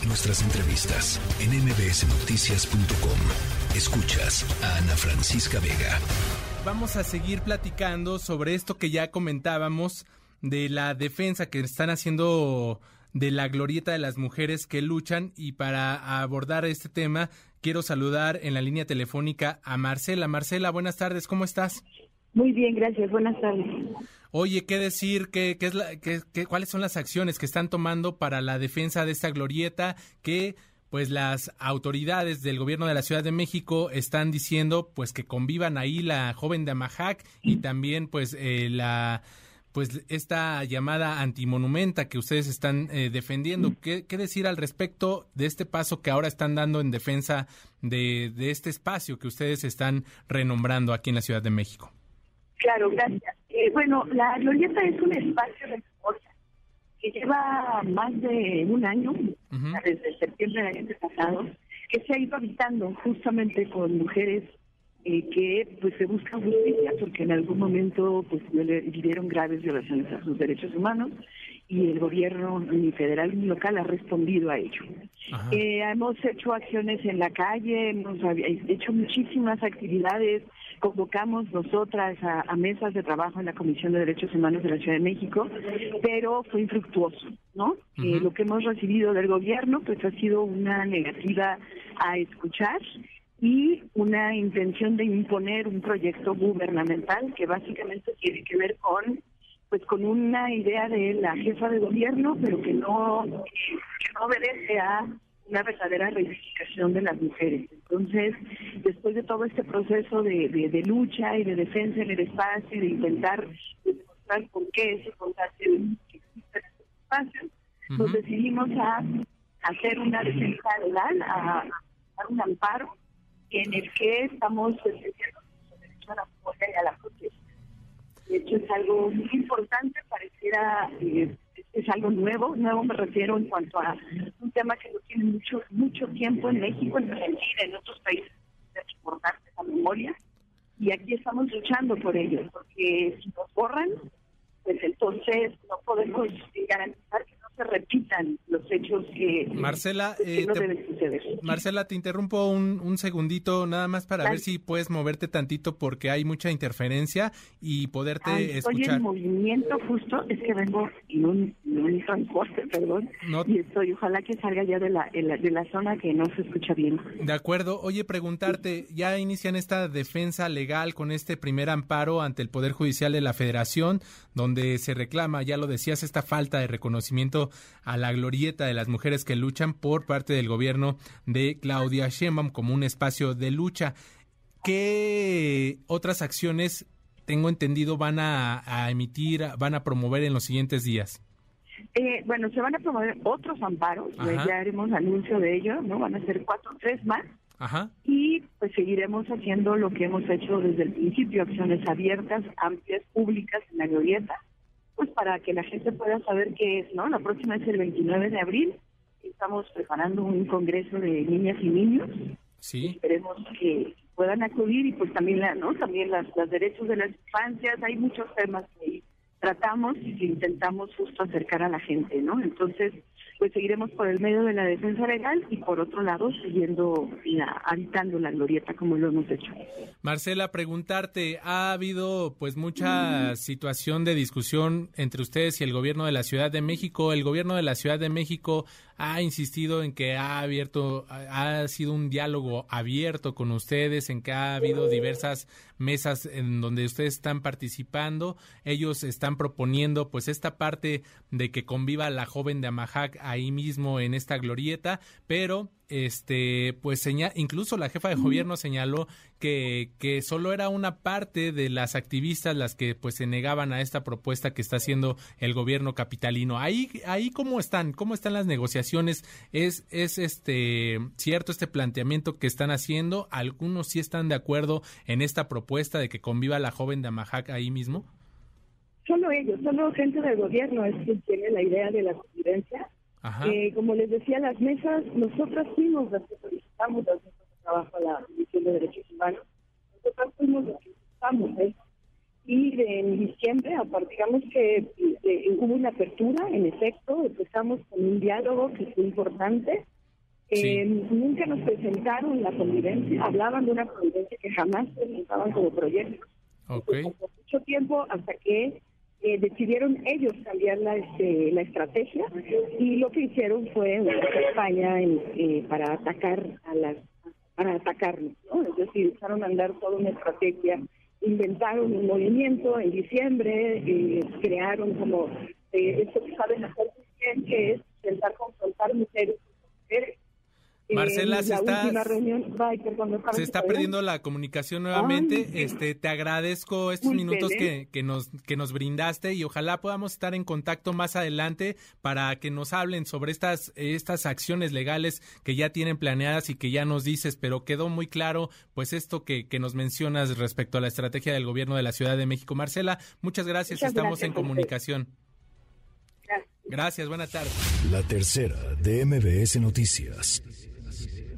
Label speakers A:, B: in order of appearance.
A: Nuestras entrevistas en mbsnoticias.com. Escuchas a Ana Francisca Vega.
B: Vamos a seguir platicando sobre esto que ya comentábamos, de la defensa que están haciendo de la glorieta de las mujeres que luchan, y para abordar este tema quiero saludar en la línea telefónica a Marcela. Marcela, buenas tardes, ¿cómo estás?
C: Muy bien, gracias, buenas tardes.
B: Oye, ¿qué decir? ¿Cuáles son las acciones que están tomando para la defensa de esta glorieta que pues las autoridades del gobierno de la Ciudad de México están diciendo pues que convivan ahí la joven de Amahac y también pues esta llamada antimonumenta que ustedes están defendiendo? ¿Qué decir al respecto de este paso que ahora están dando en defensa de este espacio que ustedes están renombrando aquí en la Ciudad de México?
C: Claro, gracias. Bueno, la glorieta es un espacio de memoria que lleva más de un año, desde septiembre del año pasado, que se ha ido habitando justamente con mujeres que pues se buscan justicia porque en algún momento pues vivieron graves violaciones a sus derechos humanos y el gobierno ni federal ni local ha respondido a ello. Hemos hecho acciones en la calle, hemos hecho muchísimas actividades, convocamos nosotras a mesas de trabajo en la Comisión de Derechos Humanos de la Ciudad de México, pero fue infructuoso, ¿no? Lo que hemos recibido del gobierno pues ha sido una negativa a escuchar y una intención de imponer un proyecto gubernamental que básicamente tiene que ver con una idea de la jefa de gobierno, pero que no obedece a una verdadera reivindicación de las mujeres. Entonces, después de todo este proceso de lucha y de defensa en el espacio, de intentar demostrar por qué es importante que exista este espacio, nos decidimos a hacer una defensa legal, a dar un amparo en el que estamos defendiendo nuestro derecho a la memoria y a la protesta. De hecho, es algo muy importante, pareciera es algo nuevo me refiero en cuanto a un tema que no tiene mucho tiempo en México, en Argentina, en otros países, es importante la memoria, y aquí estamos luchando por ello, porque si nos borran, pues entonces no podemos garantizar que no se repitan los hechos que
B: Marcela,
C: no deben suceder.
B: Marcela, te interrumpo un segundito nada más para ver si puedes moverte tantito porque hay mucha interferencia y poderte escuchar.
C: Estoy en movimiento justo, es que vengo en un transporte, perdón, y ojalá que salga ya de la zona que no se escucha bien.
B: De acuerdo. Oye, preguntarte, ya inician esta defensa legal con este primer amparo ante el Poder Judicial de la Federación, donde se reclama, ya lo decías, esta falta de reconocimiento a la glorieta de las mujeres que luchan por parte del gobierno de Claudia Sheinbaum como un espacio de lucha. ¿Qué otras acciones, tengo entendido, van a emitir, van a promover en los siguientes días?
C: Bueno, se van a promover otros amparos, ya haremos anuncio de ello, ¿no? Van a ser 3 más. Y pues seguiremos haciendo lo que hemos hecho desde el principio, acciones abiertas, amplias, públicas en la glorieta, pues para que la gente pueda saber qué es, ¿no? La próxima es el 29 de abril, estamos preparando un congreso de niñas y niños. Sí. Esperemos que puedan acudir y pues también los derechos de las infancias, hay muchos temas que tratamos y que intentamos justo acercar a la gente, ¿no? Entonces, pues seguiremos por el medio de la defensa legal y por otro lado siguiendo habitando la glorieta como lo hemos hecho.
B: Marcela, preguntarte, ha habido pues mucha situación de discusión entre ustedes y el gobierno de la Ciudad de México. El gobierno de la Ciudad de México ha insistido en que ha sido un diálogo abierto con ustedes, en que ha habido diversas mesas en donde ustedes están participando. Ellos están proponiendo pues esta parte de que conviva la joven de Amahac ahí mismo en esta glorieta, pero pues incluso la jefa de gobierno señaló que solo era una parte de las activistas las que pues se negaban a esta propuesta que está haciendo el gobierno capitalino. Ahí cómo están las negociaciones. ¿Es cierto este planteamiento que están haciendo? ¿Algunos sí están de acuerdo en esta propuesta de que conviva la joven de Amahac ahí mismo?
C: Solo ellos, solo gente del gobierno es quien tiene la idea de la convivencia. Como les decía, las mesas, nosotras fuimos las que solicitamos las mesas de trabajo a la Comisión de Derechos Humanos. Nosotras fuimos las que solicitamos y en diciembre, digamos que hubo una apertura, en efecto, empezamos con un diálogo que fue importante, Nunca nos presentaron la convivencia, hablaban de una convivencia que jamás presentaban como proyecto.
B: Okay.
C: Por mucho tiempo hasta que decidieron ellos cambiar la estrategia, y lo que hicieron fue una campaña para atacarnos, ¿no? Es decir, empezaron a andar toda una estrategia, inventaron un movimiento en diciembre, crearon como esto que saben hacer muy bien, que es intentar confrontar mujeres con mujeres.
B: Marcela, se está
C: perdiendo
B: perdiendo la comunicación nuevamente. Te agradezco estos minutos que nos brindaste, y ojalá podamos estar en contacto más adelante para que nos hablen sobre estas acciones legales que ya tienen planeadas y que ya nos dices, pero quedó muy claro pues esto que nos mencionas respecto a la estrategia del gobierno de la Ciudad de México. Marcela, muchas gracias, estamos en comunicación. Gracias, buena tarde.
A: La tercera de MBS Noticias.